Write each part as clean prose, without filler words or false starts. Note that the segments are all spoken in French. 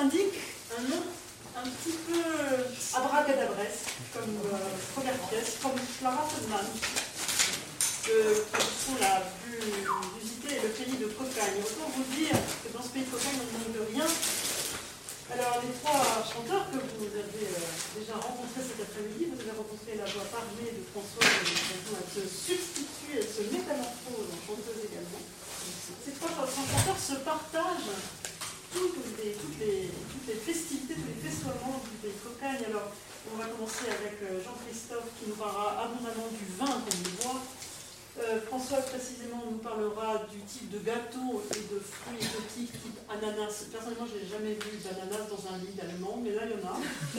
indique un nom un petit peu abracadabresque comme première pièce, comme Clara Feldman, qui sont la plus visitée, le pays de cocagne. Autant vous dire que dans ce pays de cocagne, on ne manque de rien. Alors, les trois chanteurs que vous avez déjà rencontrés cet après-midi, vous avez rencontré la voix parlée de Françoise, elle se substitue, elle se métamorphose en chanteuse également. Ces trois chanteurs se partagent toutes les festivités, tous les festoiements du pays de cocagne. Alors, on va commencer avec Jean-Christophe qui nous parlera abondamment du vin qu'on y boit. Françoise précisément nous parlera du type de gâteau et de fruits exotiques type ananas. Personnellement, je n'ai jamais vu d'ananas dans un lit allemand, mais là il y en a.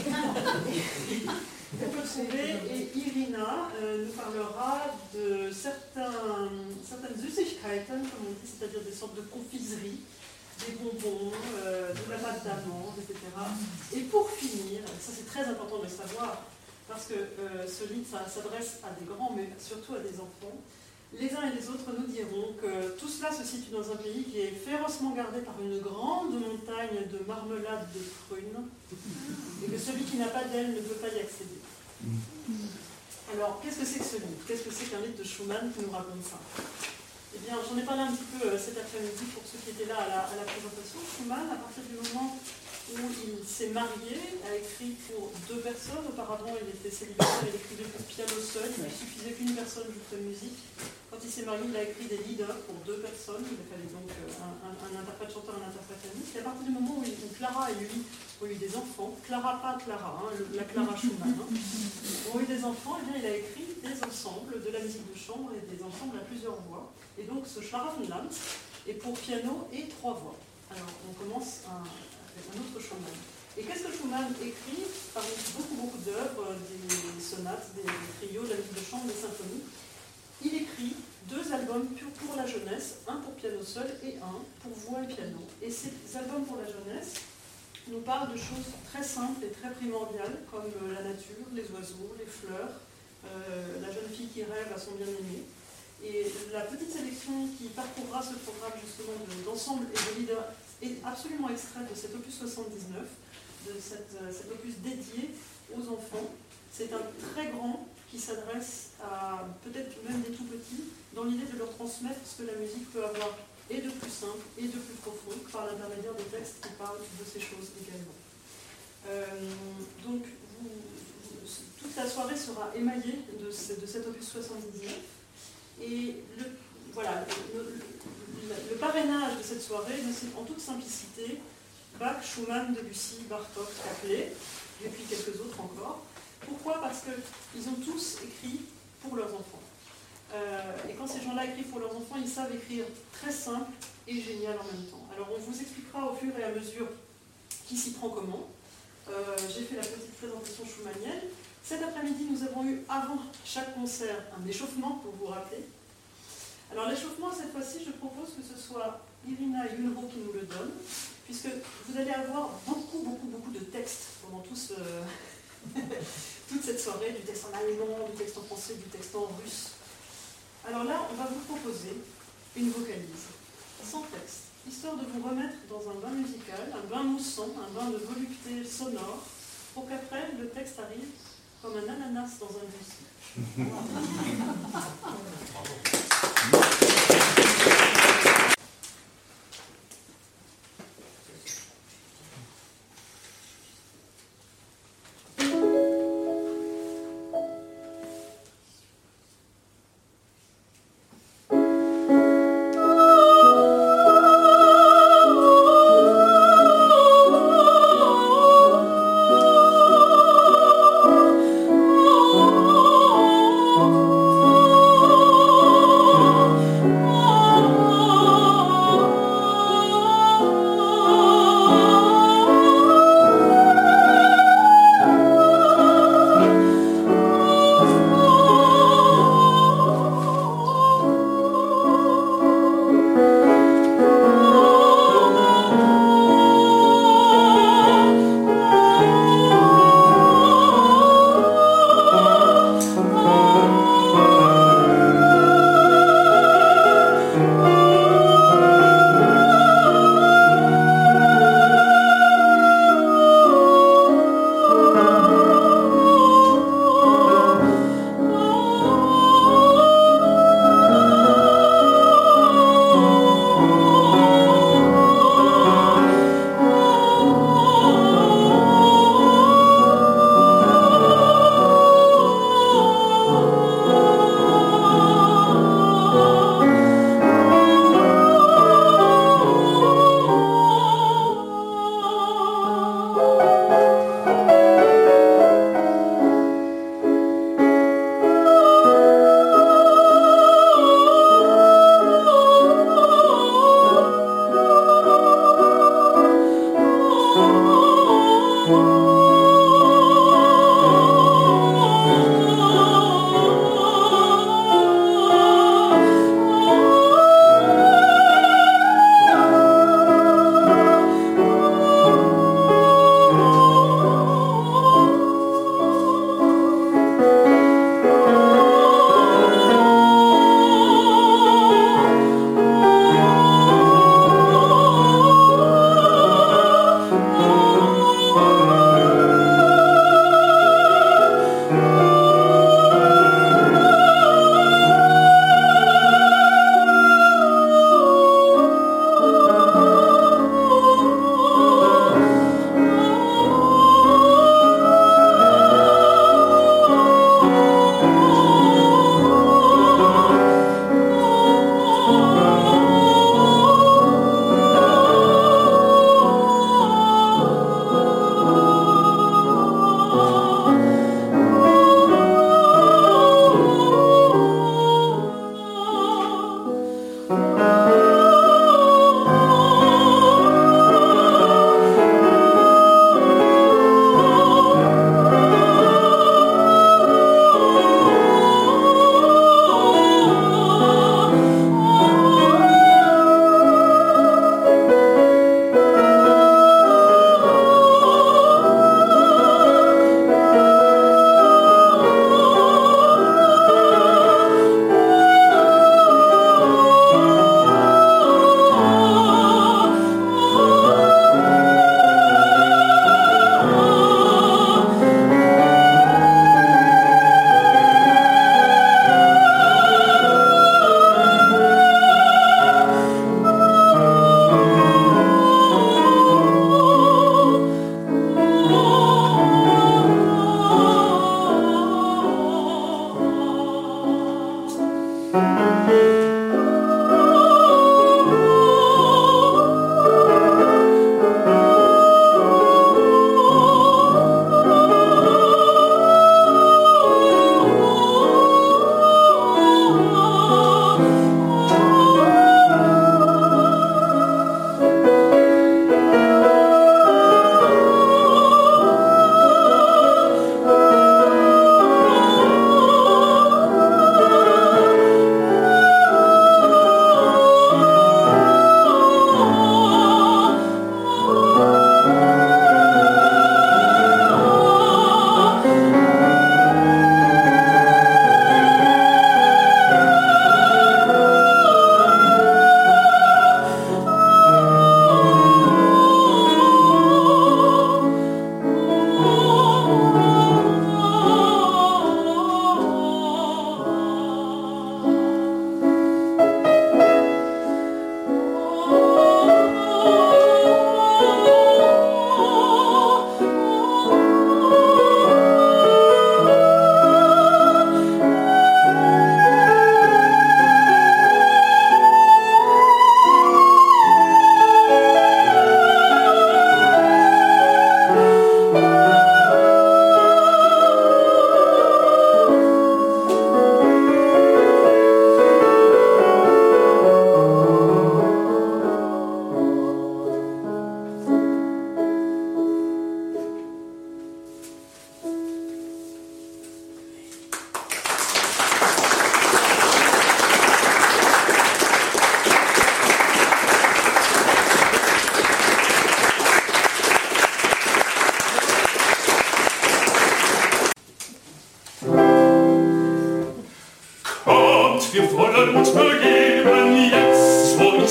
On peut trouver. Et Irina nous parlera de certaines Süßigkeiten, comme on dit, c'est-à-dire des sortes de confiseries, des bonbons, de la pâte d'amande, etc. Et pour finir, ça c'est très important de le savoir, parce que ce livre s'adresse à des grands, mais surtout à des enfants. Les uns et les autres nous diront que tout cela se situe dans un pays qui est férocement gardé par une grande montagne de marmelade de prunes, et que celui qui n'a pas d'elle ne peut pas y accéder. Alors, qu'est-ce que c'est que ce livre? Qu'est-ce que c'est qu'un livre de Schumann qui nous raconte ça? Eh bien, j'en ai parlé un petit peu cet après-midi pour ceux qui étaient là à la présentation. Schumann, à partir du moment où il s'est marié, a écrit pour 2 personnes. Auparavant, il était célibataire, il écrivait pour piano seul. Il ne suffisait qu'une personne joue de musique. Quand il s'est marié, il a écrit des leaders pour 2 personnes. Il fallait donc un interprète chanteur, un interprète pianiste. Et à partir du moment où Clara et lui ont eu des enfants, Clara, pas Clara, la Clara Schumann, ont eu des enfants, eh bien, il a écrit des ensembles, de la musique de chambre et des ensembles à plusieurs voix. Et donc, ce Schlaraffenland est pour piano et 3 voix. Alors, on commence avec un autre Schumann. Et qu'est-ce que Schumann écrit parmi beaucoup d'œuvres, des sonates, des trios, de la musique de chambre, des symphonies? Il écrit 2 albums pour la jeunesse, un pour piano seul et un pour voix et piano. Et ces albums pour la jeunesse nous parlent de choses très simples et très primordiales, comme la nature, les oiseaux, les fleurs, la jeune fille qui rêve à son bien-aimé. Et la petite sélection qui parcourra ce programme justement d'ensemble et de leader est absolument extraite de cet opus 79, de cet opus dédié aux enfants. C'est un très grand qui s'adresse à peut-être même des tout petits, dans l'idée de leur transmettre ce que la musique peut avoir et de plus simple et de plus profond par l'intermédiaire des textes qui parlent de ces choses également. Donc toute la soirée sera émaillée de cet opus 79. Et le parrainage de cette soirée, c'est en toute simplicité Bach, Schumann, Debussy, Bartók, Caplet, et puis quelques autres encore. Pourquoi? Parce qu'ils ont tous écrit pour leurs enfants. Et quand ces gens-là écrivent pour leurs enfants, ils savent écrire très simple et génial en même temps. Alors on vous expliquera au fur et à mesure qui s'y prend comment. J'ai fait la petite présentation schumannienne. Cet après-midi, nous avons eu, avant chaque concert, un échauffement pour vous rappeler. Alors l'échauffement, cette fois-ci, je propose que ce soit Irina Yunro qui nous le donne, puisque vous allez avoir beaucoup de textes pendant toute cette soirée, du texte en allemand, du texte en français, du texte en russe. Alors là, on va vous proposer une vocalise, sans texte, histoire de vous remettre dans un bain musical, un bain moussant, un bain de volupté sonore, pour qu'après, le texte arrive comme un ananas dans un buisson. Oh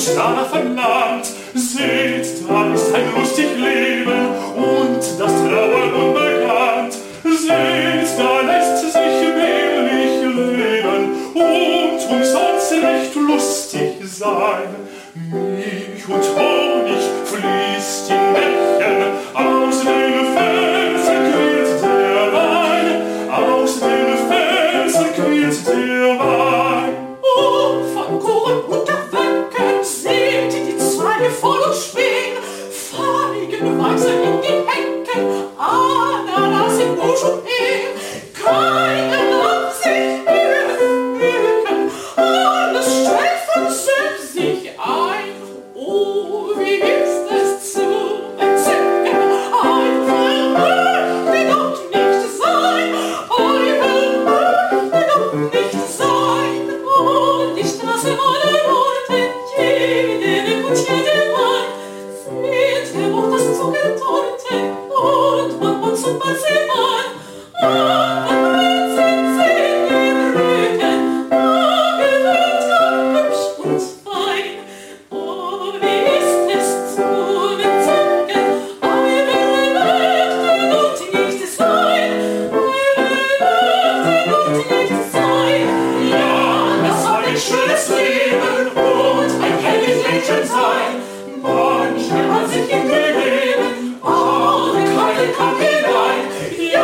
danach verlangt. Seht, da ist ein lustig Leben und das Trauern unbekannt. Seht, da lässt sich wehrlich leben und umsonst recht lustig sein. Milch und Honig fließt in Bächen, aus den Felsen quillt der Wein, aus den Felsen quillt der Wein. Und von Korn und der Wecken seht die Zweige voll und schwingen, Feigen wachsen in die Hecken, Ananas im Busch und Beeren, keiner darf sich üben, alles stellt von selbst sich ein. Oh, wie ist es zu entzücken, Eifel möchte doch nicht sein, Eifel möchte doch nicht sein. Und die Straße ohne Worte, jede und jede Mann, fehlte wo das Zuckertorte und Bonbons und Marzipan. Und man sitzt in den Rücken, gewöhnt gar hübsch und fein. Oh, wie ist es zu entzücken, Eifel möchte doch nicht sein, Eifel möchte doch nicht sein. Ja, das soll ein schönes Leben und ein herrlich Lächeln sein. Manche hat sich ihm gegeben, aber keiner kam hinein. Ja,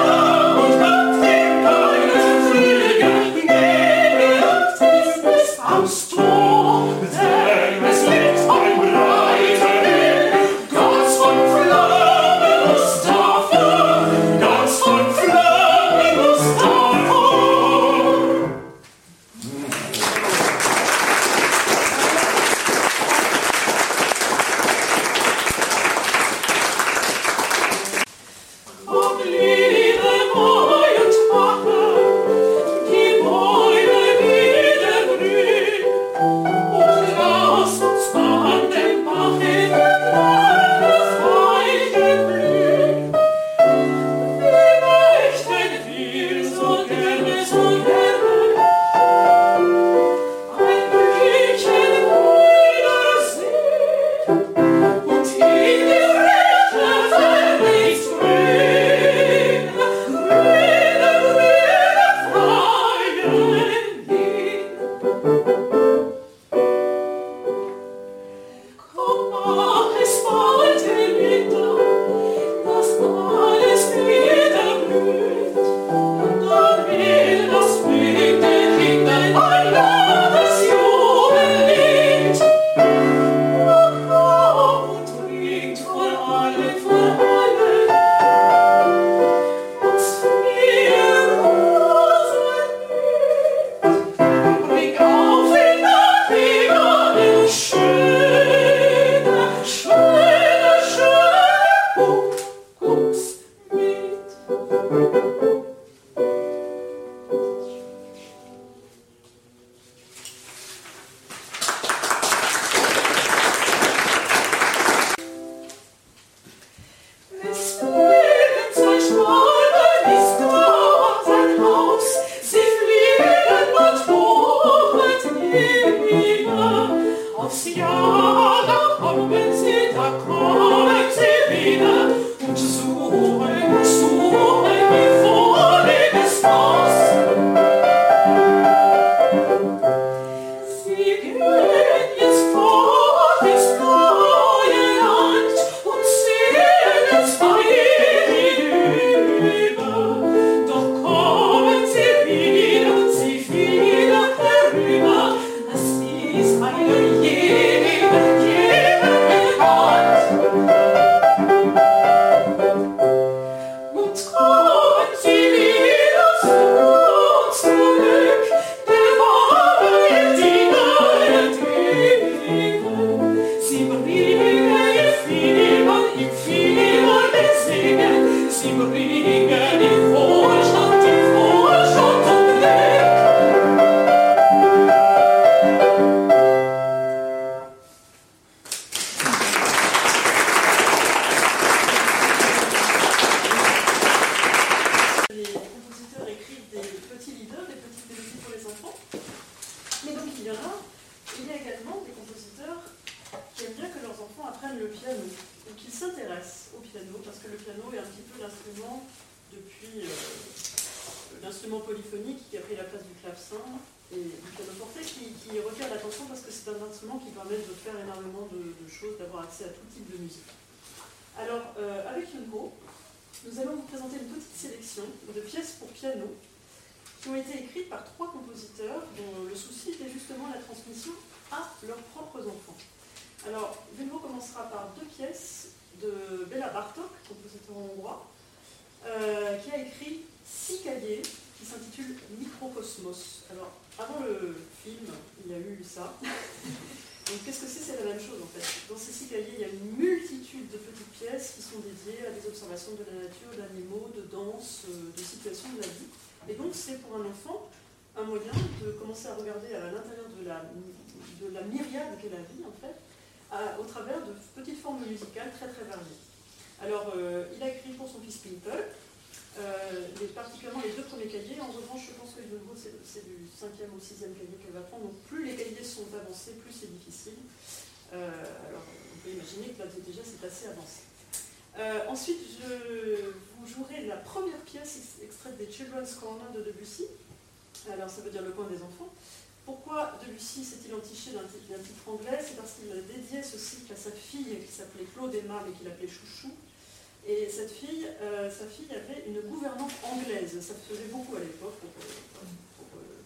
s'intéresse au piano, parce que le piano est un petit peu l'instrument, depuis l'instrument polyphonique qui a pris la place du clavecin et du pianoforte, qui requiert l'attention parce que c'est un instrument qui permet de faire énormément de choses, d'avoir accès à tout type de musique. Alors, avec Yunho, nous allons vous présenter une petite sélection de pièces pour piano qui ont été écrites par 3 compositeurs dont le souci était justement la transmission à leurs propres enfants. Alors, Yunho commencera par 2 pièces de Béla Bartók, compositeur hongrois, qui a écrit 6 cahiers qui s'intitulent Microcosmos. Alors, avant le film, il y a eu ça. Donc, qu'est-ce que c'est? C'est la même chose en fait. Dans ces 6 cahiers, il y a une multitude de petites pièces qui sont dédiées à des observations de la nature, d'animaux, de danse, de situations de la vie. Et donc, c'est pour un enfant un moyen de commencer à regarder à l'intérieur de la myriade qu'est la vie en fait, au travers de petites formes musicales très très variées. Alors, il a écrit pour son fils Pimple, particulièrement les 2 premiers cahiers. En revanche, je pense que c'est du 5e ou 6e cahier qu'elle va prendre. Donc, plus les cahiers sont avancés, plus c'est difficile. Alors, on peut imaginer que là, déjà, c'est assez avancé. Ensuite, je vous jouerai la première pièce extraite des Children's Corner de Debussy. Alors, ça veut dire le coin des enfants. Pourquoi Debussy s'est-il entiché d'un titre anglais? C'est parce qu'il a dédié ce cycle à sa fille qui s'appelait Claude Emma mais qu'il appelait Chouchou. Et sa fille avait une gouvernante anglaise. Ça se faisait beaucoup à l'époque pour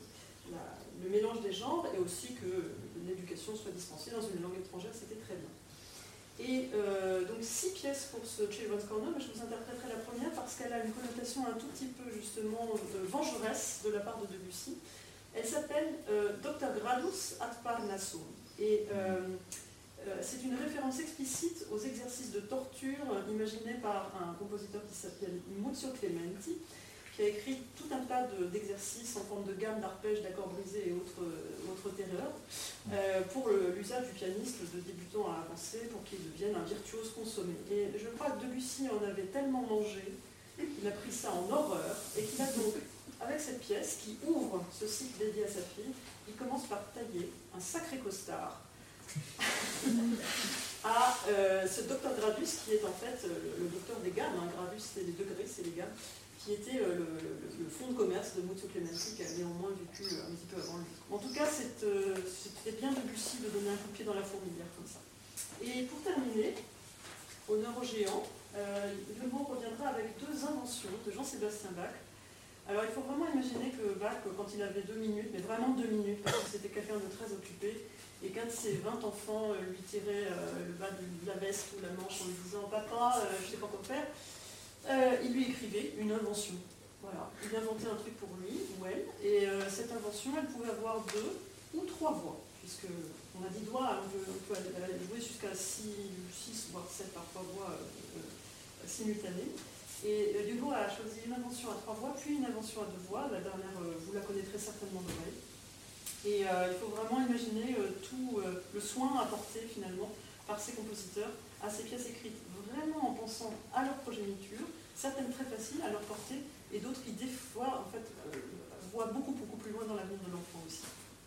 le mélange des genres et aussi que l'éducation soit dispensée dans une langue étrangère, c'était très bien. Et donc 6 pièces pour ce Children's Corner, mais je vous interpréterai la première parce qu'elle a une connotation un tout petit peu justement vengeresse de la part de Debussy. Elle s'appelle Dr Gradus ad Parnassum. Et c'est une référence explicite aux exercices de torture imaginés par un compositeur qui s'appelle Muzio Clementi, qui a écrit tout un tas d'exercices en forme de gamme d'arpèges, d'accords brisés et autres terreurs, pour l'usage du pianiste de débutant à avancer, pour qu'il devienne un virtuose consommé. Et je crois que Debussy en avait tellement mangé qu'il a pris ça en horreur, et qu'il a donc, avec cette pièce qui ouvre ce cycle dédié à sa fille, il commence par tailler un sacré costard à ce docteur Gradus qui est en fait le docteur des gammes. Gradus c'est les degrés, c'est les gammes, qui était le fonds de commerce de Muzio Clementi, qui a néanmoins vécu un petit peu avant lui. En tout cas, c'était bien Debussy de donner un coup de pied dans la fourmilière comme ça. Et pour terminer, honneur aux géants, le mot reviendra avec 2 inventions de Jean-Sébastien Bach. Alors il faut vraiment imaginer que Bach, quand il avait 2 minutes, mais vraiment 2 minutes, parce que c'était quelqu'un de très occupé, et qu'un de ses 20 enfants lui tirait le bas de la veste ou la manche en lui disant « Papa, je ne sais pas quoi faire », il lui écrivait une invention. Voilà. Il inventait un truc pour lui ou elle, et cette invention, elle pouvait avoir 2 ou 3 voix, puisque on a 10 doigts, on peut jouer jusqu'à 6 voire 7 parfois voix simultanées. Et Yunho a choisi une invention à 3 voix, puis une invention à 2 voix. La dernière, vous la connaîtrez certainement d'oreille. Et il faut vraiment imaginer tout le soin apporté finalement par ces compositeurs à ces pièces écrites vraiment en pensant à leur progéniture, certaines très faciles à leur portée, et d'autres qui des fois en fait, voient beaucoup plus loin dans l'avenir de l'enfant aussi.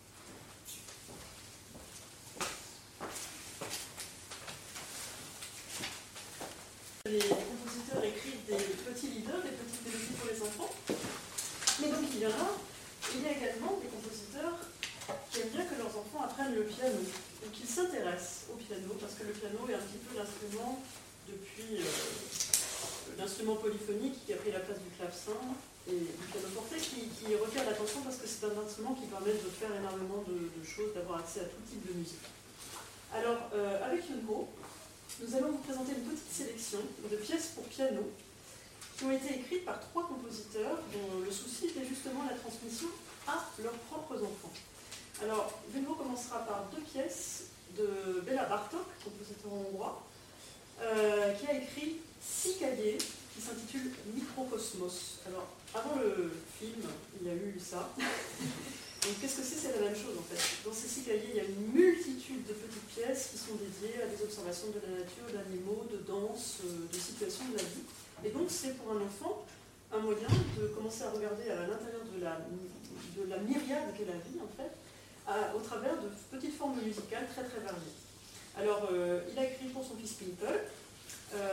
Les compositeurs écrivent des petits leaders, des petites mélodies pour les enfants, mais donc il y a également des compositeurs qui aiment bien que leurs enfants apprennent le piano, ou qu'ils s'intéressent au piano, parce que le piano est un petit peu l'instrument, depuis l'instrument polyphonique qui a pris la place du clavecin et du pianoforte, qui requiert l'attention parce que c'est un instrument qui permet de faire énormément de choses, d'avoir accès à tout type de musique. Alors, avec Yunho, nous allons vous présenter une petite sélection de pièces pour piano qui ont été écrites par 3 compositeurs dont le souci était justement la transmission à leurs propres enfants. Alors, Yunho commencera par 2 pièces de Béla Bartók, compositeur hongrois, qui a écrit 6 cahiers qui s'intitulent Microcosmos. Alors, avant le film, il y a eu ça. Donc, qu'est-ce que c'est? C'est la même chose en fait. Dans ces 6 cahiers, il y a une multitude de petites pièces qui sont dédiées à des observations de la nature, d'animaux, de danse, de situations de la vie. Et donc, c'est pour un enfant un moyen de commencer à regarder à l'intérieur de la myriade qu'est la vie en fait, au travers de petites formes musicales très très variées. Alors, il a écrit pour son fils Pimple,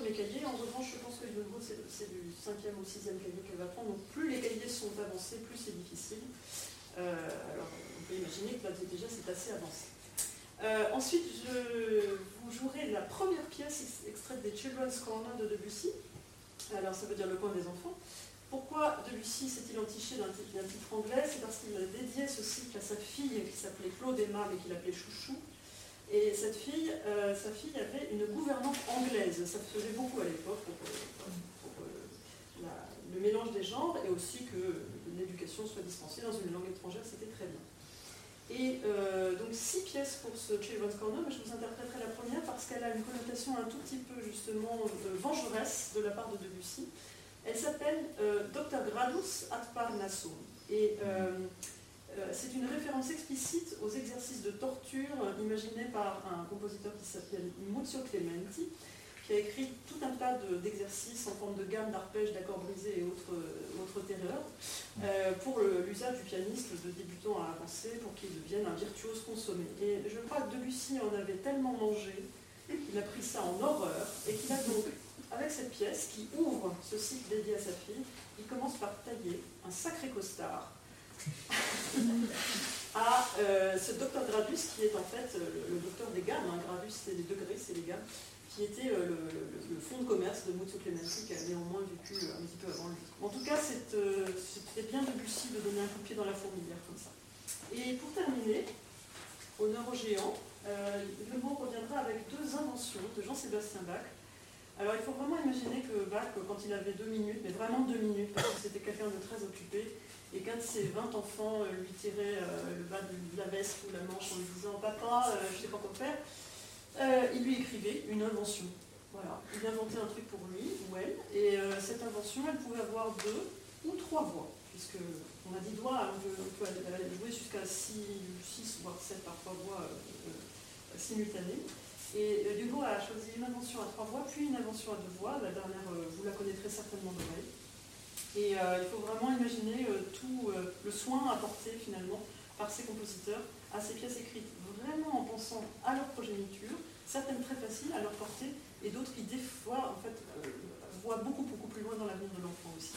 premier cahier. En revanche, je pense que de nouveau, c'est du 5e ou 6e cahier qu'elle va prendre. Donc plus les cahiers sont avancés, plus c'est difficile. Alors, on peut imaginer que là, déjà, c'est assez avancé. Ensuite, je vous jouerai la première pièce extraite des Children's Corner de Debussy. Alors, ça veut dire le coin des enfants. Pourquoi Debussy s'est-il entiché d'un titre anglais? C'est parce qu'il a dédié ce cycle à sa fille qui s'appelait Claude Emma, mais qu'il appelait Chouchou. Et sa fille avait une gouvernante anglaise. Ça se faisait beaucoup à l'époque pour le mélange des genres et aussi que l'éducation soit dispensée dans une langue étrangère, c'était très bien. Et donc 6 pièces pour ce Children's Corner, mais je vous interpréterai la première parce qu'elle a une connotation un tout petit peu justement vengeresse de la part de Debussy. Elle s'appelle Dr Gradus ad Parnassum. Et c'est une référence explicite aux exercices de torture imaginés par un compositeur qui s'appelle Muzio Clementi, qui a écrit tout un tas d'exercices en forme de gamme, d'arpèges, d'accords brisés et autres terreurs, pour l'usage du pianiste de débutant à avancé, pour qu'il devienne un virtuose consommé. Et je crois que Debussy en avait tellement mangé, qu'il a pris ça en horreur, et qu'il a donc, avec cette pièce qui ouvre ce cycle dédié à sa fille, il commence par tailler un sacré costard à ce docteur Gradus, qui est en fait le docteur des gammes. Gradus, c'est les degrés, c'est les gammes, qui était le fonds de commerce de Muzio Clementi, qui a néanmoins vécu un petit peu avant lui. En tout cas, c'était bien Debussy de donner un coup de pied dans la fourmilière comme ça. Et pour terminer, honneur aux géants, le mot reviendra avec 2 inventions de Jean-Sébastien Bach. Alors il faut vraiment imaginer que Bach, quand il avait 2 minutes, mais vraiment 2 minutes, parce que c'était quelqu'un de très occupé, et qu'un de ses 20 enfants lui tirait le bas de la veste ou la manche en lui disant « Papa, je ne sais pas quoi faire », il lui écrivait une invention. Voilà. Il inventait un truc pour lui ou elle, et cette invention, elle pouvait avoir 2 ou 3 voix, puisque on a 10 doigts, on peut jouer jusqu'à 6 voire 7 parfois voix simultanées. Et Hugo a choisi une invention à 3 voix, puis une invention à 2 voix. La dernière, vous la connaîtrez certainement d'oreille. Et il faut vraiment imaginer tout le soin apporté finalement par ces compositeurs à ces pièces écrites vraiment en pensant à leur progéniture, certaines très faciles à leur portée, et d'autres qui des fois en fait, voient beaucoup plus loin dans l'avenir de l'enfant aussi.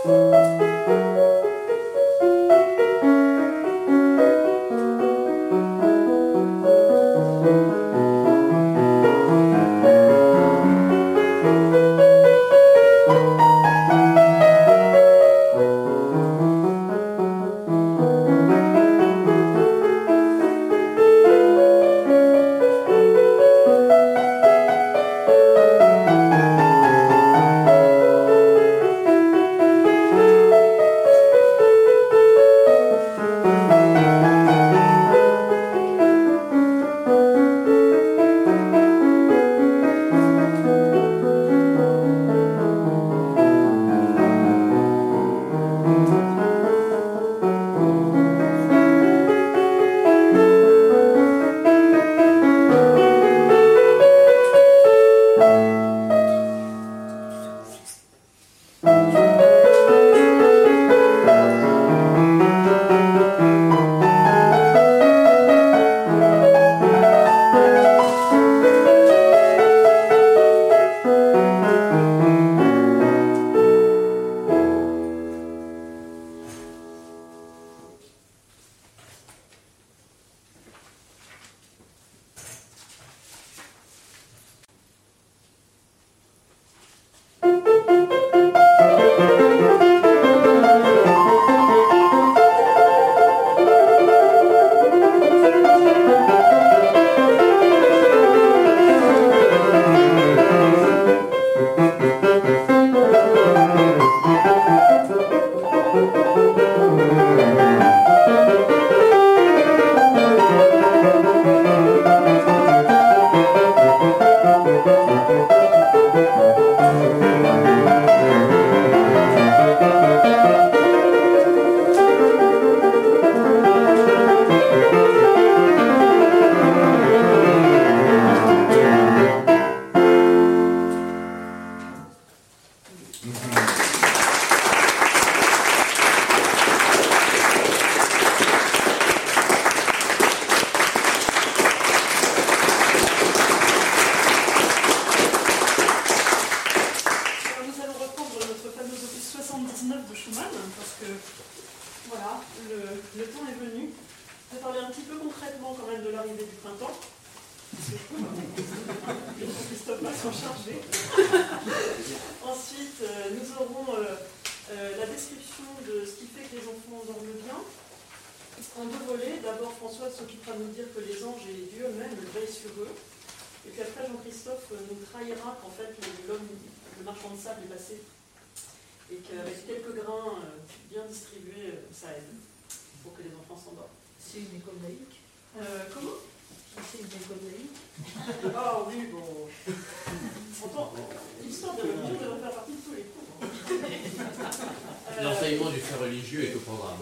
L'enseignement du fait religieux est au programme.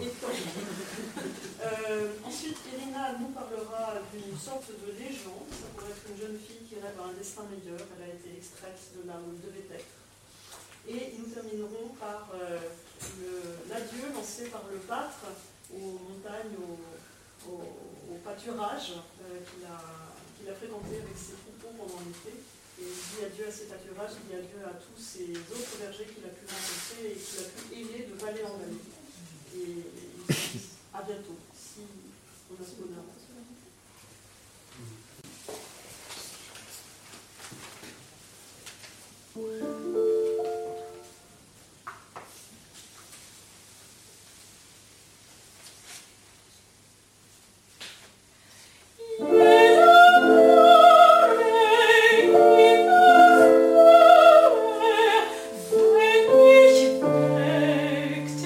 Ensuite, Irina nous parlera d'une sorte de légende. Ça pourrait être une jeune fille qui rêve à un destin meilleur. Elle a été extraite de là où elle devait être. Et nous terminerons par l'adieu lancé par le pâtre aux montagnes, au pâturage qu'il a fréquenté avec ses troupeaux pendant l'été. Et il dit adieu à ces pâturages, il dit adieu à tous ces autres bergers qu'il a pu rencontrer et qu'il a pu aider de vallée en vallée. Et il se dit à bientôt, si on a ce bonheur. Wenn ich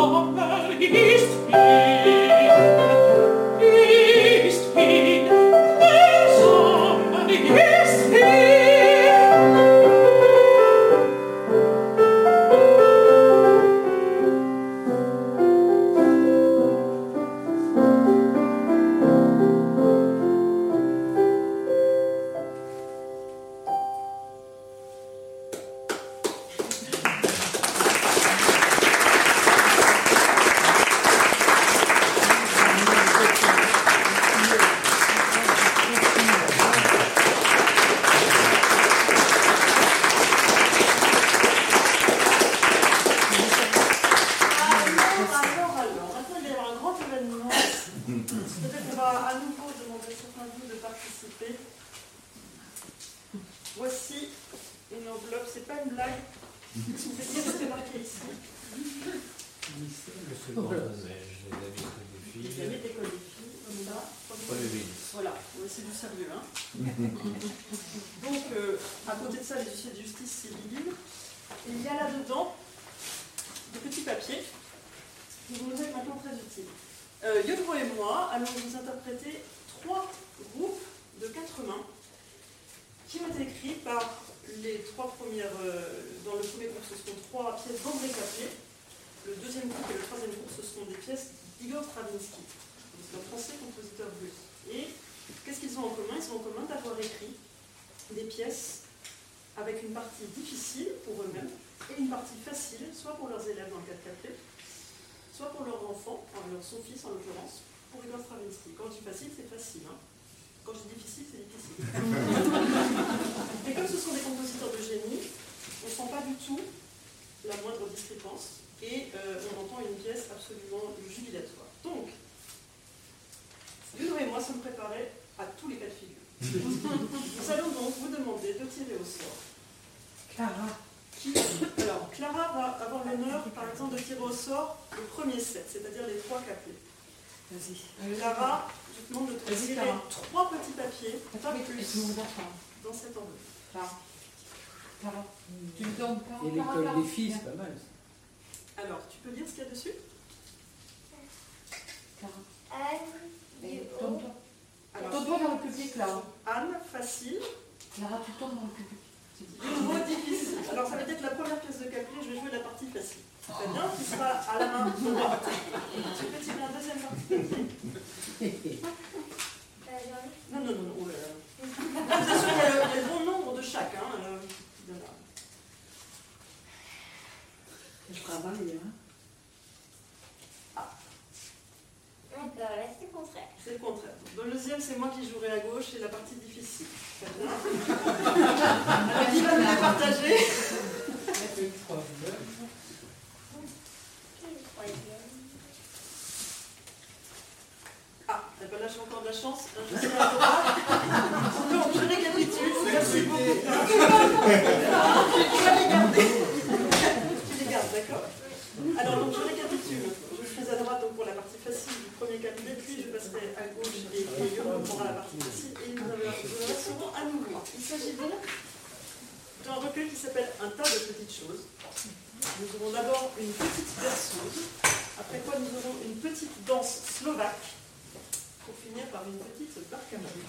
Sommer ist hin, der Sommer ist hin. Voici une enveloppe, c'est pas une blague, c'est marqué ici. Le second, mais je les avais des Les filles. amis d'école des filles, comme ça. Pas le Vélis. Voilà, c'est du sérieux. Hein. Donc, à côté de ça, les huissiers de justice civiles. Et il y a là-dedans des petits papiers qui vont nous être maintenant très utiles. Yodro et moi allons vous interpréter 3 groupes de 4 mains qui ont été écrits par les 3 premières. Dans le premier groupe, ce seront 3 pièces d'André Caplet. Le deuxième groupe et le troisième groupe, ce seront des pièces d'Igor Stravinsky. C'est un français compositeur russe. Et qu'est-ce qu'ils ont en commun? Ils ont en commun d'avoir écrit des pièces avec une partie difficile pour eux-mêmes et une partie facile, soit pour leurs élèves dans le cas de Caplet, soit pour leurs enfants, son fils en l'occurrence, pour Igor Stravinsky. Quand je dis facile, c'est facile. Hein. Quand je dis difficile, c'est difficile. Et comme ce sont des compositeurs de génie, on ne sent pas du tout la moindre discrépance et on entend une pièce absolument jubilatoire. Donc, Yodro et moi sommes préparés à tous les cas de figure. Nous allons donc vous demander de tirer au sort. Clara. Alors, Clara va avoir l'honneur, par exemple, de tirer au sort le premier set, c'est-à-dire les 3 Caplets. Vas-y. Clara, je te demande de te tirer Clara. 3 petits papiers, pas plus, Tout le monde d'accord. dans cette enveloppe. Clara. Clara. Tu me donnes pas. Et l'école des filles, c'est pas mal. Alors, tu peux lire ce qu'il y a dessus? Clara. Et tourne-toi. Alors, Tourne-toi dans le public, Clara. Anne, facile. Clara, tu tournes dans le public. Yodro, difficile. Alors, ça veut dire que la première pièce de Caplet, je vais jouer la partie facile. Très bien, qui sera à la main droite. Tu peux tirer un deuxième partie. Non, non, non, non. Oh là là. Bien sûr, il y a le bon nombre de chaque. Hein, voilà. Je travaille, hein. D'accord, là c'est le contraire. C'est le contraire. Dans le deuxième, c'est moi qui jouerai à gauche, c'est la partie difficile. Très bien. Alors, qui va me les partager? Ah, eh ben là j'ai encore de la chance. Je sais à droite. Donc, je récapitule. Merci beaucoup. Tu vas les garder. Tu les gardes, d'accord? Alors, donc, je récapitule. Je fais à droite donc, pour la partie facile du premier Caplet, puis je passerai à gauche et Yodro pour la partie facile. Et nous avancerons à nouveau. Il s'agit donc d'un recueil qui s'appelle Un tas de petites choses. Nous aurons d'abord une petite berceuse, après quoi nous aurons une petite danse slovaque, pour finir par une petite barcarolle.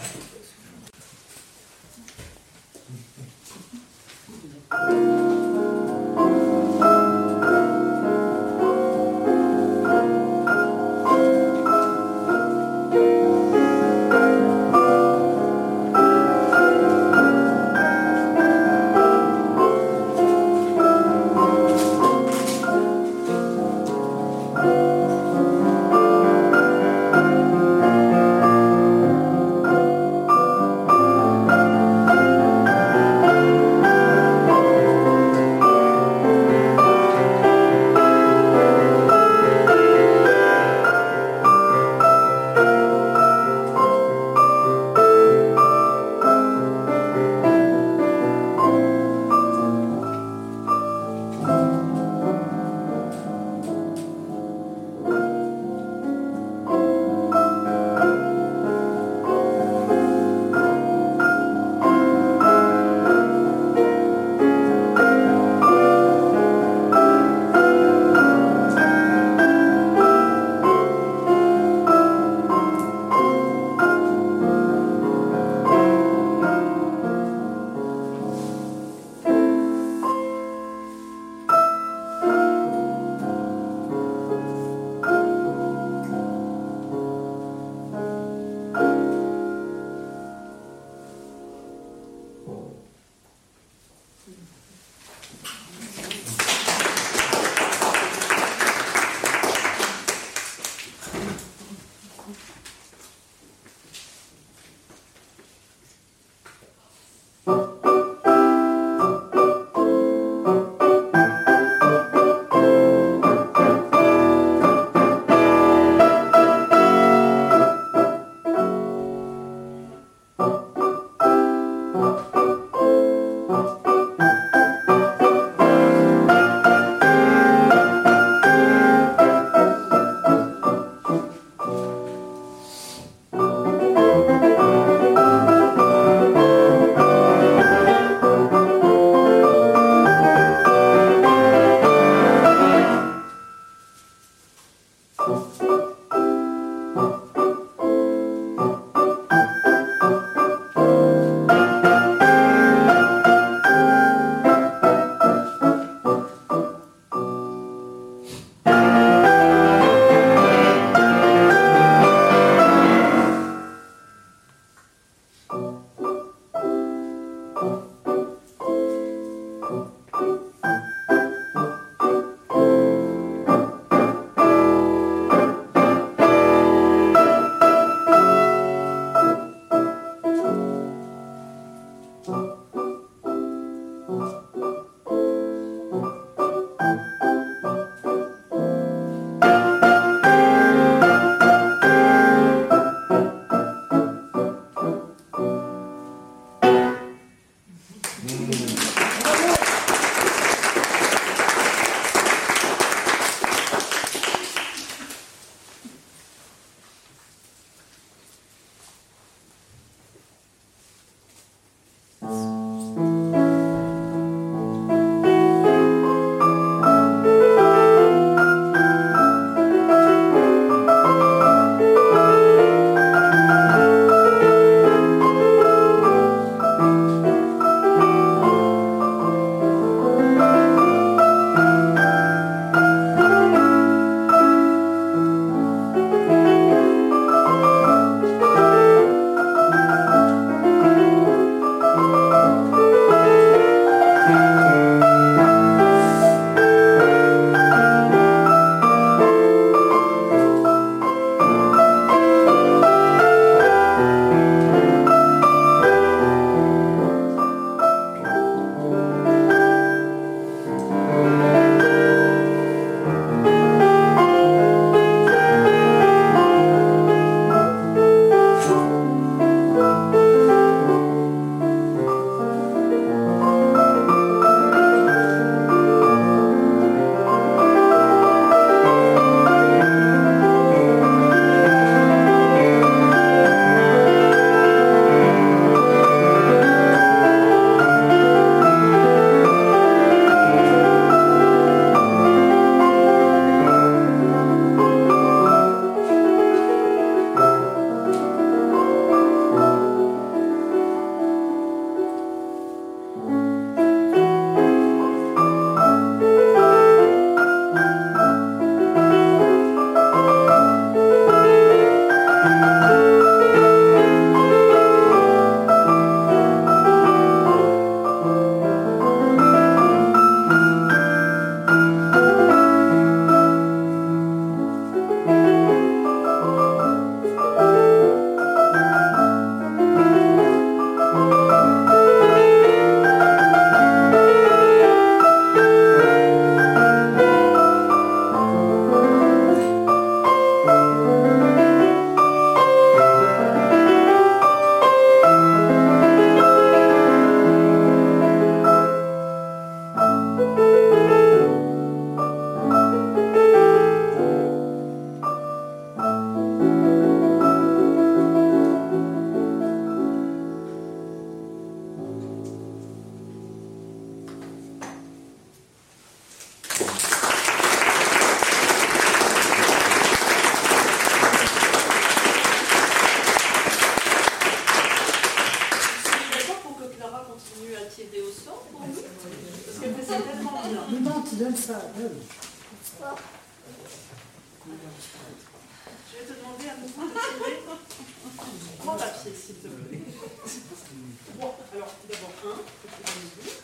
Je vais te demander à nouveau de tirer 3 papiers, s'il te plaît. 3. Alors, d'abord 1, que tu vas me dire.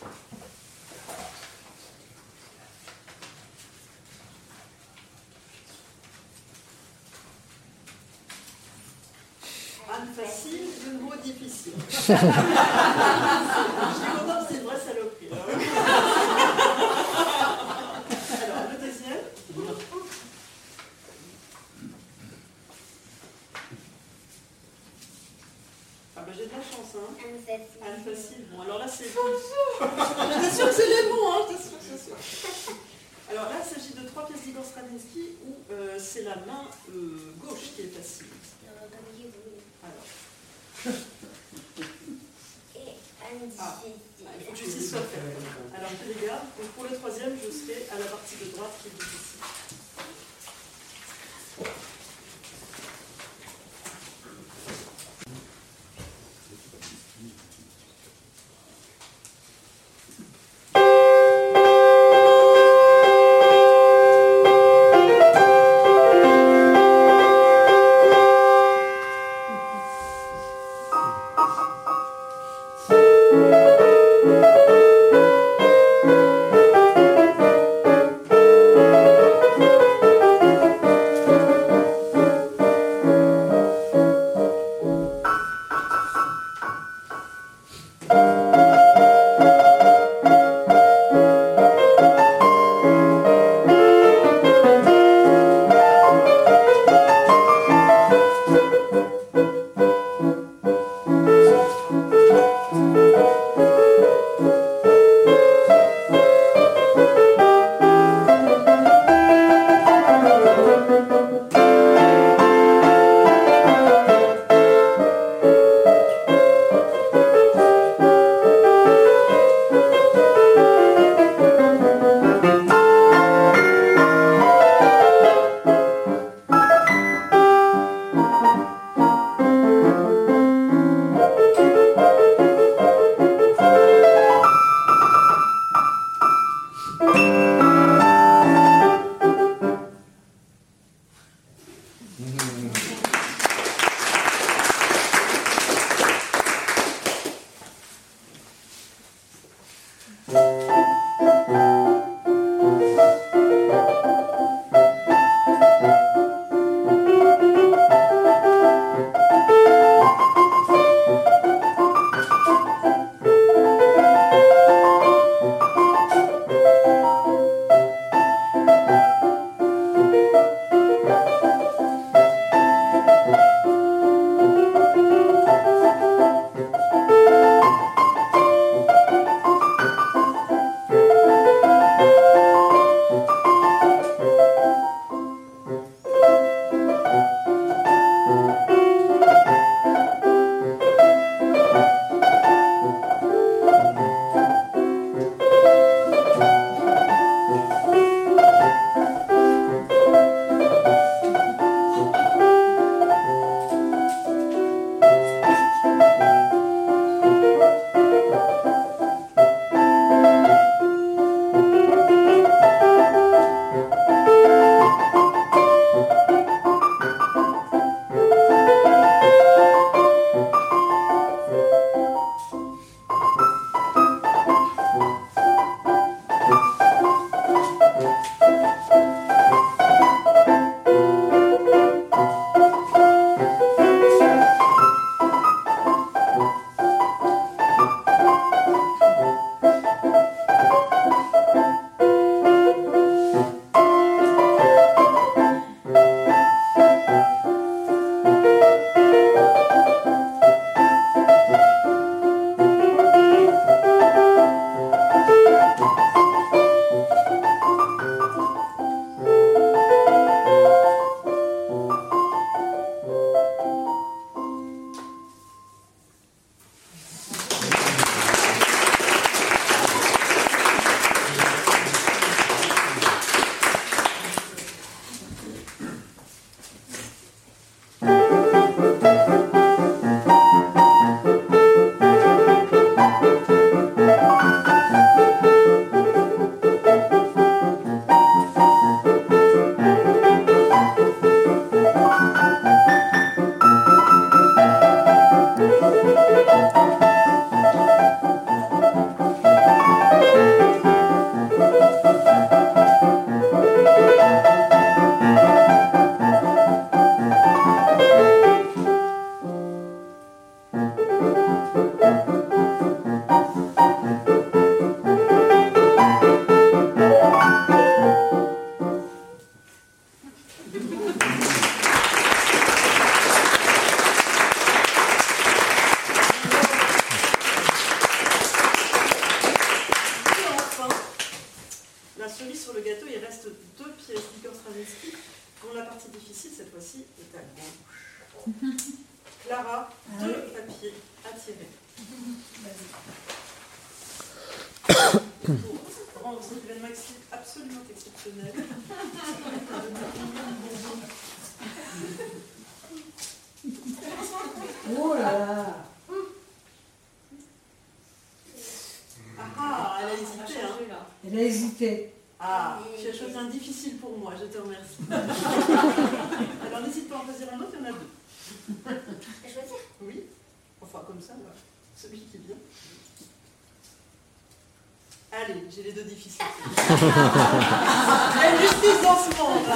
Anne facile, de mots difficile. Je suis contente, c'est une vraie saloperie. Alors, le deuxième. Ah ben j'ai de la chance, hein. Anne facile. Bon, alors là, c'est bon. Je t'assure que c'est les mots, hein. Je t'assure. Alors là, il s'agit de 3 pièces d'Igor Stravinsky où c'est la main gauche qui est facile. Alors. Ah, il faut que je sache quoi faire. Alors, je les garde. Donc, pour le troisième, je serai à la partie de droite qui est difficile. Stravinsky, dont la partie difficile, cette fois-ci, est à gauche. Clara, 2 papiers à tirer. Pour rendre cet événement absolument exceptionnel. Oh là là. Ah, elle a hésité, hein. Elle a hésité. Ah, tu as choisi un difficile pour moi, je te remercie. Alors n'hésite pas à en choisir un autre, il y en a 2. Je choisir? Oui, enfin comme ça, voilà. Celui qui vient. Allez, j'ai les 2 difficiles. Il y a une justice dans ce monde.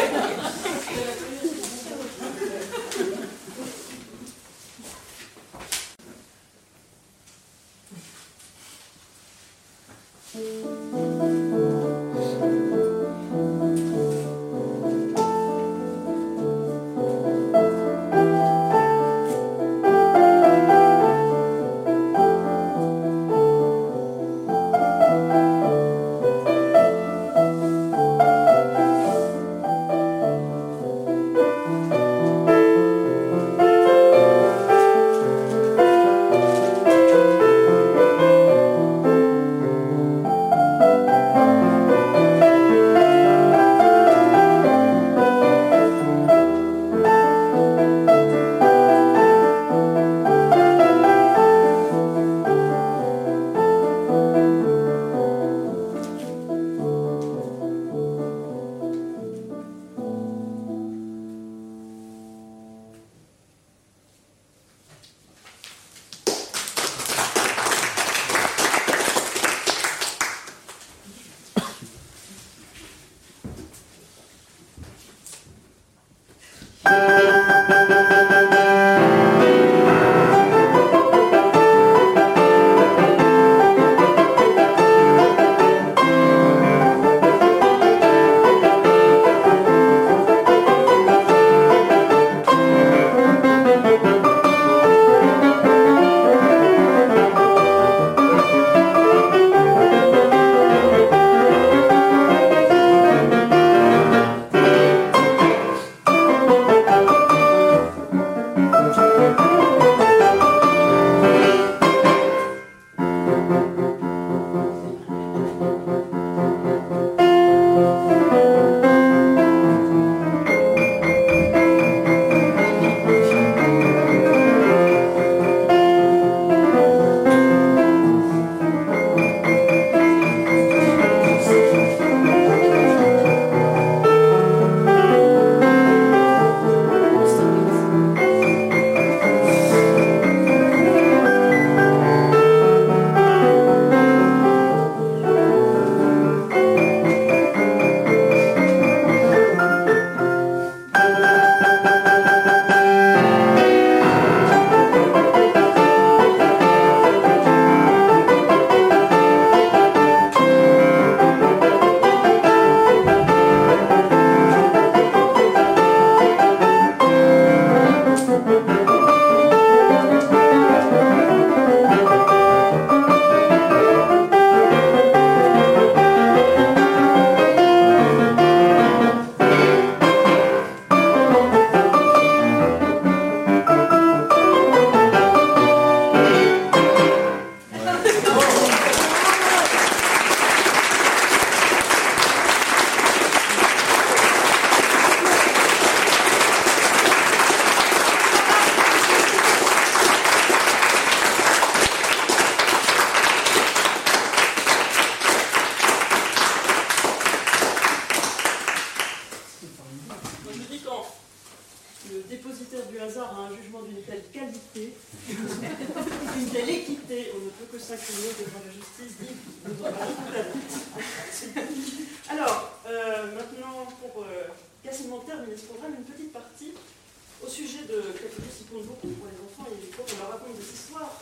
Alors, maintenant, pour quasiment terminer ce programme, une petite partie au sujet de quelque chose qui compte beaucoup pour les enfants. Il faut qu'on leur raconte des histoires.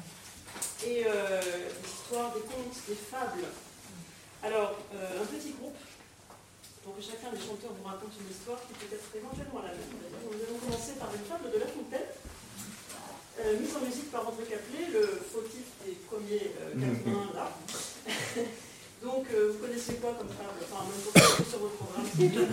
Et des histoires, des contes, des fables. Alors, un petit groupe, pour que chacun des chanteurs vous raconte une histoire qui peut être éventuellement la même. Nous allons commencer par une fable de La Fontaine, mise en musique par André Caplet, le fautif des premiers 80 là. Donc, vous connaissez quoi comme fable? Enfin, même pour sur votre programme. C'est très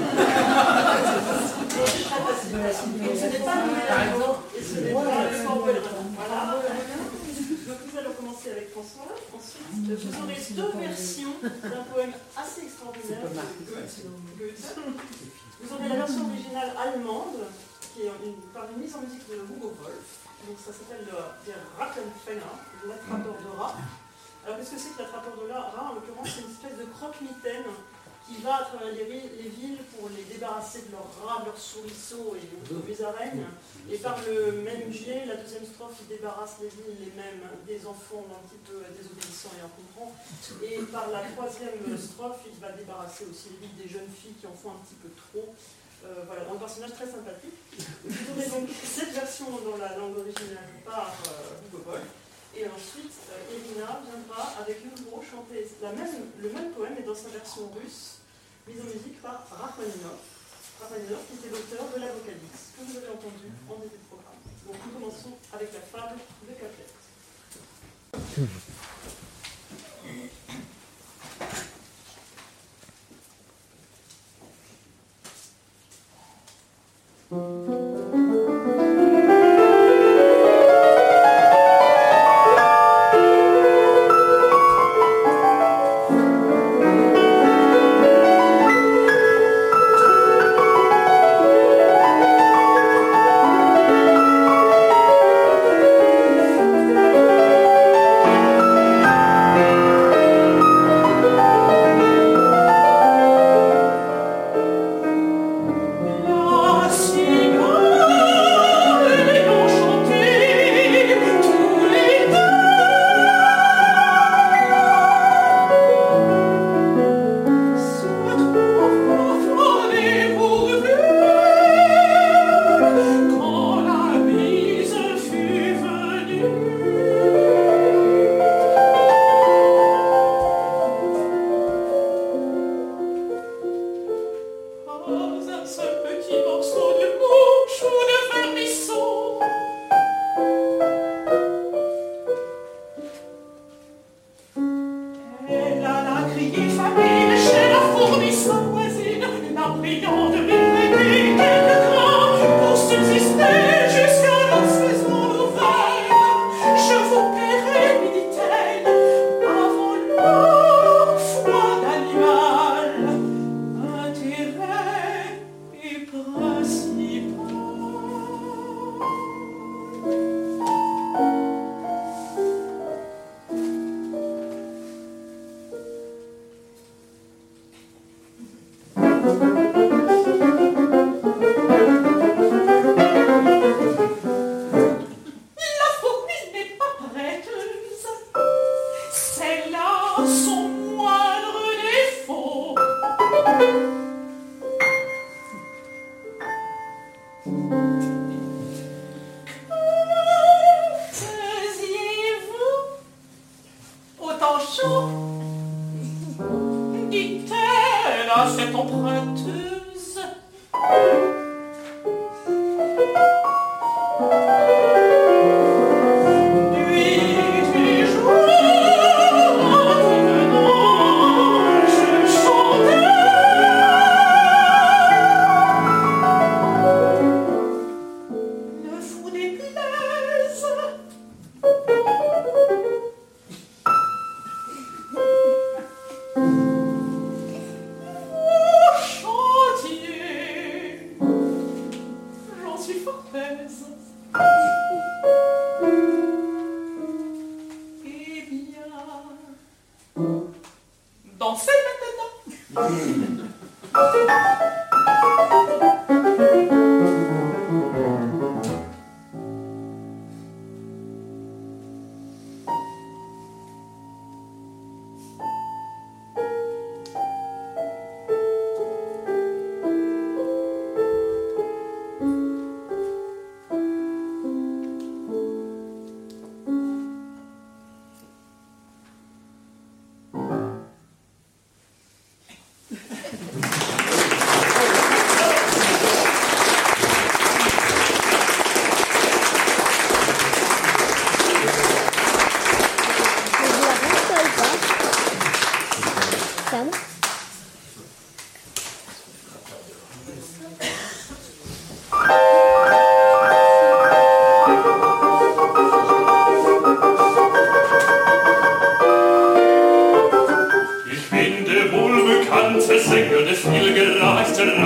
facile. Donc, ce n'est pas le Mélago et ce n'est pas le Fort-Boel. Voilà. Donc, nous allons commencer avec François. Ensuite, vous aurez deux versions d'un poème assez extraordinaire de Goethe. Vous aurez la version originale allemande, qui est par une mise en musique de Hugo Wolf. Donc, ça s'appelle der Rattenfänger, l'attrapeur de rats. Alors, qu'est-ce que c'est que l'attrapeur de rats? En l'occurrence, c'est une espèce de croque-mitaine qui va à travers les villes pour les débarrasser de leurs rats, de leurs souriceaux et de leurs musaraignes. Et par le même biais, la deuxième strophe, il débarrasse les villes, les mêmes, des enfants un petit peu désobéissants et encombrants. Et par la troisième strophe, il va débarrasser aussi les villes des jeunes filles qui en font un petit peu trop. Voilà, un personnage très sympathique. Vous aurez donc cette version dans la langue originale par Hugo Wolf. Et ensuite, Irina viendra avec nouveau chanter le même poème, mais dans sa version russe, mise en musique par Rachmaninov, qui était l'auteur de l'Apocalypse, que vous avez entendu en début de programme. Donc nous commençons avec la fable de Caplet.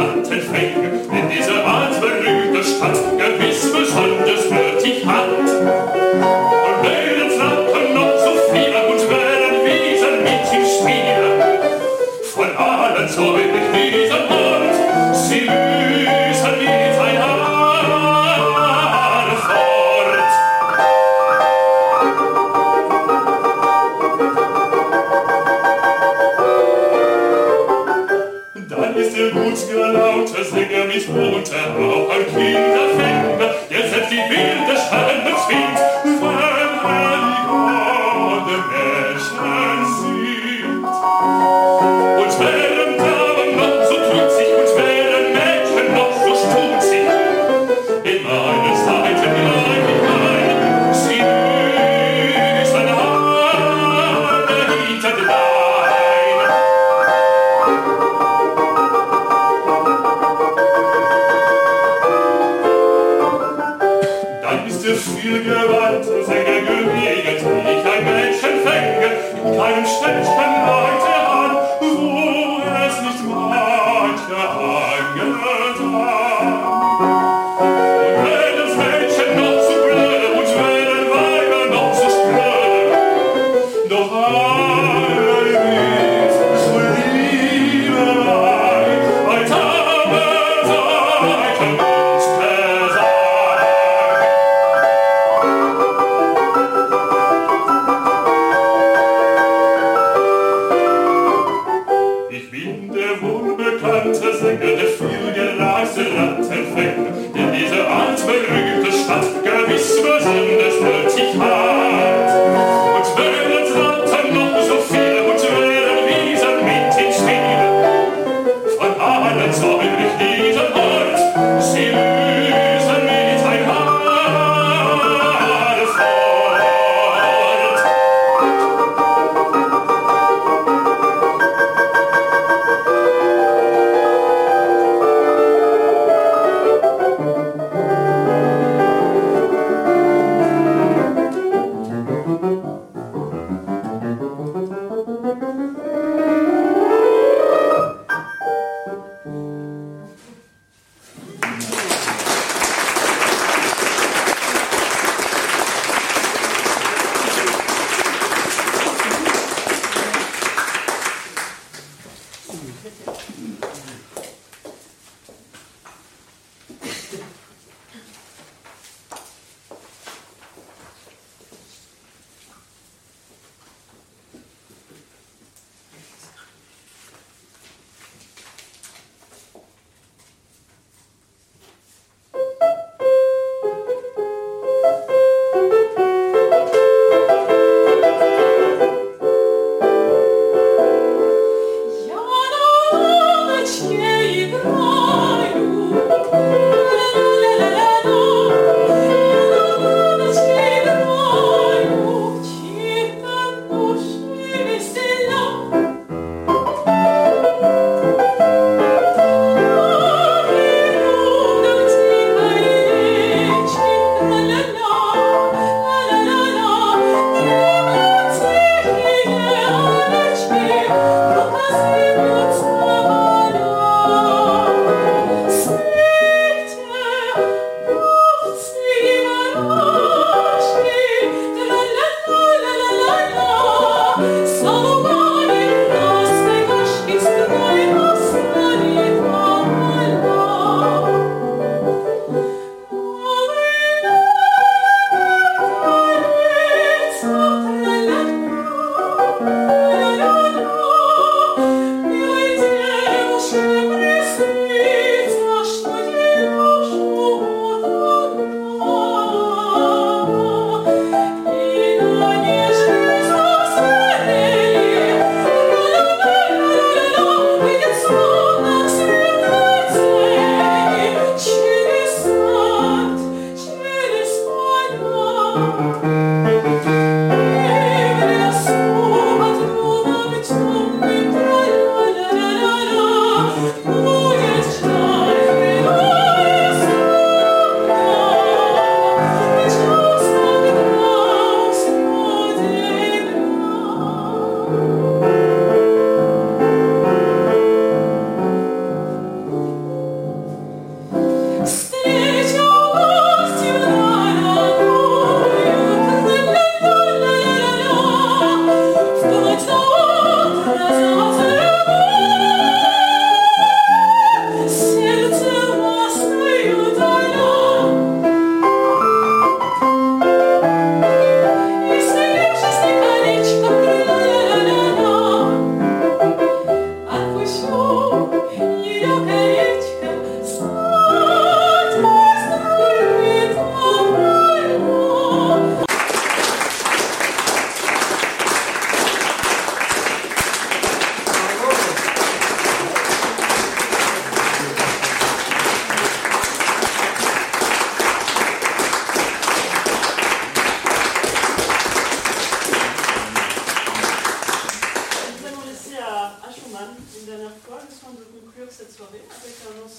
Elefanten fängen, in dieser berühmte Stadt gewiss besonders würdig hat. Und wären Flanken noch so viele und wären Wiesen mit ihm spielen, von allen Zeugen diesen Ort, sie müssen miteinander fort. Dann ist der gut gelaute Sänger mit Mutter, auch ein Kinderfänger, der selbst die wilde Sterne zwingt, wenn er die goldenen Märchen singt. Und wären Damen noch so trutzig und wären Mädchen noch so stutzig, in meine Seiten hinein, sie müssen alle hinterdrein. Dann ist der vielgewandte Sänger gelegentlich ein Menschenfänger in keinem Städtchen Leute an, wo es nicht manche angetan. Und wenn das Mädchen noch so blöde und wenn ein Weiber noch so spröde, doch alle mit so Liebelei bei Taubenseiten uns gesagt.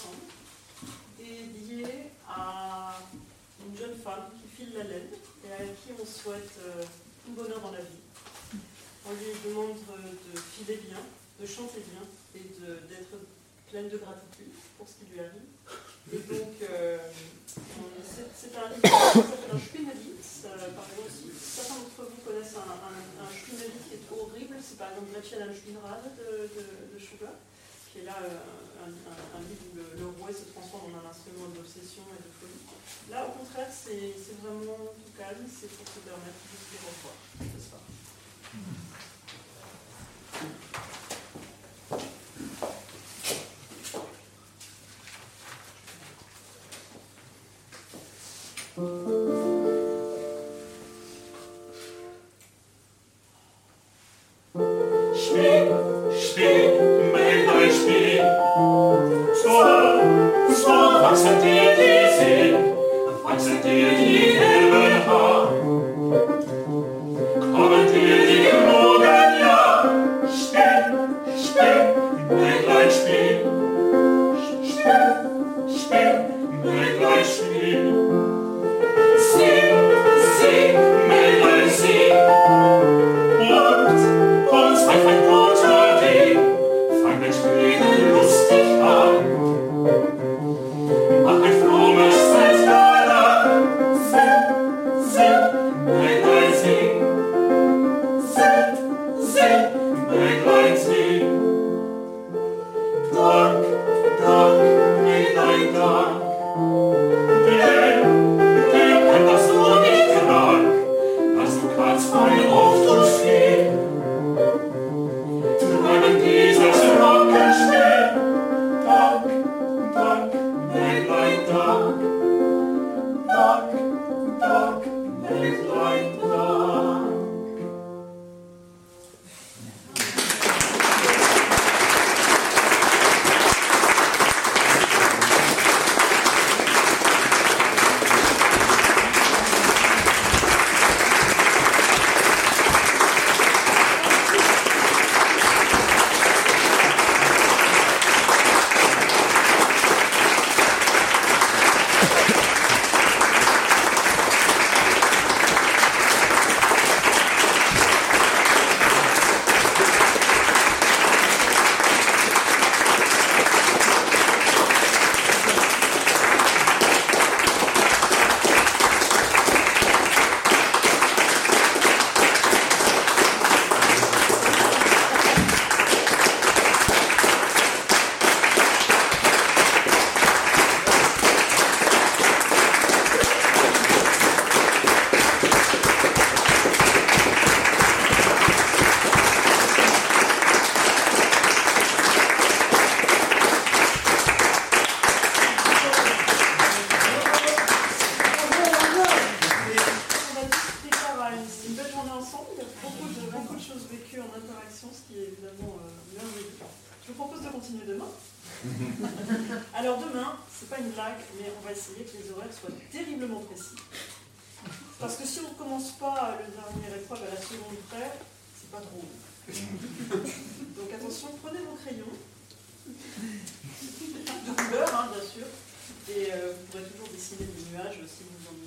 ensemble, dédié à une jeune femme qui file la laine et à qui on souhaite tout bonheur dans la vie. On lui demande de filer bien, de chanter bien et d'être pleine de gratitude pour ce qui lui arrive. Et donc, c'est un livre qui s'appelle un Schwinnelit. Par exemple, si certains d'entre vous connaissent un Schwinnelit qui est horrible, c'est par exemple Gretchen am Spielrad de Schubert, qui est là un livre où le rouet se transforme en un instrument d'obsession et de folie. Là, au contraire, c'est vraiment tout calme, c'est pour se permettre de se dire au revoir ce soir. Wachsen dir die Seen, wachsen dir die Elben Haar, kommen dir die Glogen, ja, spiel, spiel, Mäglein, spiel, spiel, spiel, Mäglein, spiel. Sing, sing, Mäglein, sing, und sei kein guter Weg, fang dein Spielen lustig an. Mach ein frommes Zeitalter, sing, sing, Mäglein, sing, sing, sing, Mäglein, sing. Dank, Dank, Mäglein, Dank, dir etwas nur nicht krank, dass du kannst fein oft und viel, treiben dieses Rockenspiel. Dank, Dank, Mäglein, Dank, Dank, Dank, Mäglein, Dank. Alors demain, c'est pas une blague, mais on va essayer que les horaires soient terriblement précis. Parce que si on ne commence pas le dernier épreuve à la seconde près, c'est pas drôle. Donc attention, prenez vos crayons, de couleur, hein, bien sûr, et vous pourrez toujours dessiner des nuages si vous en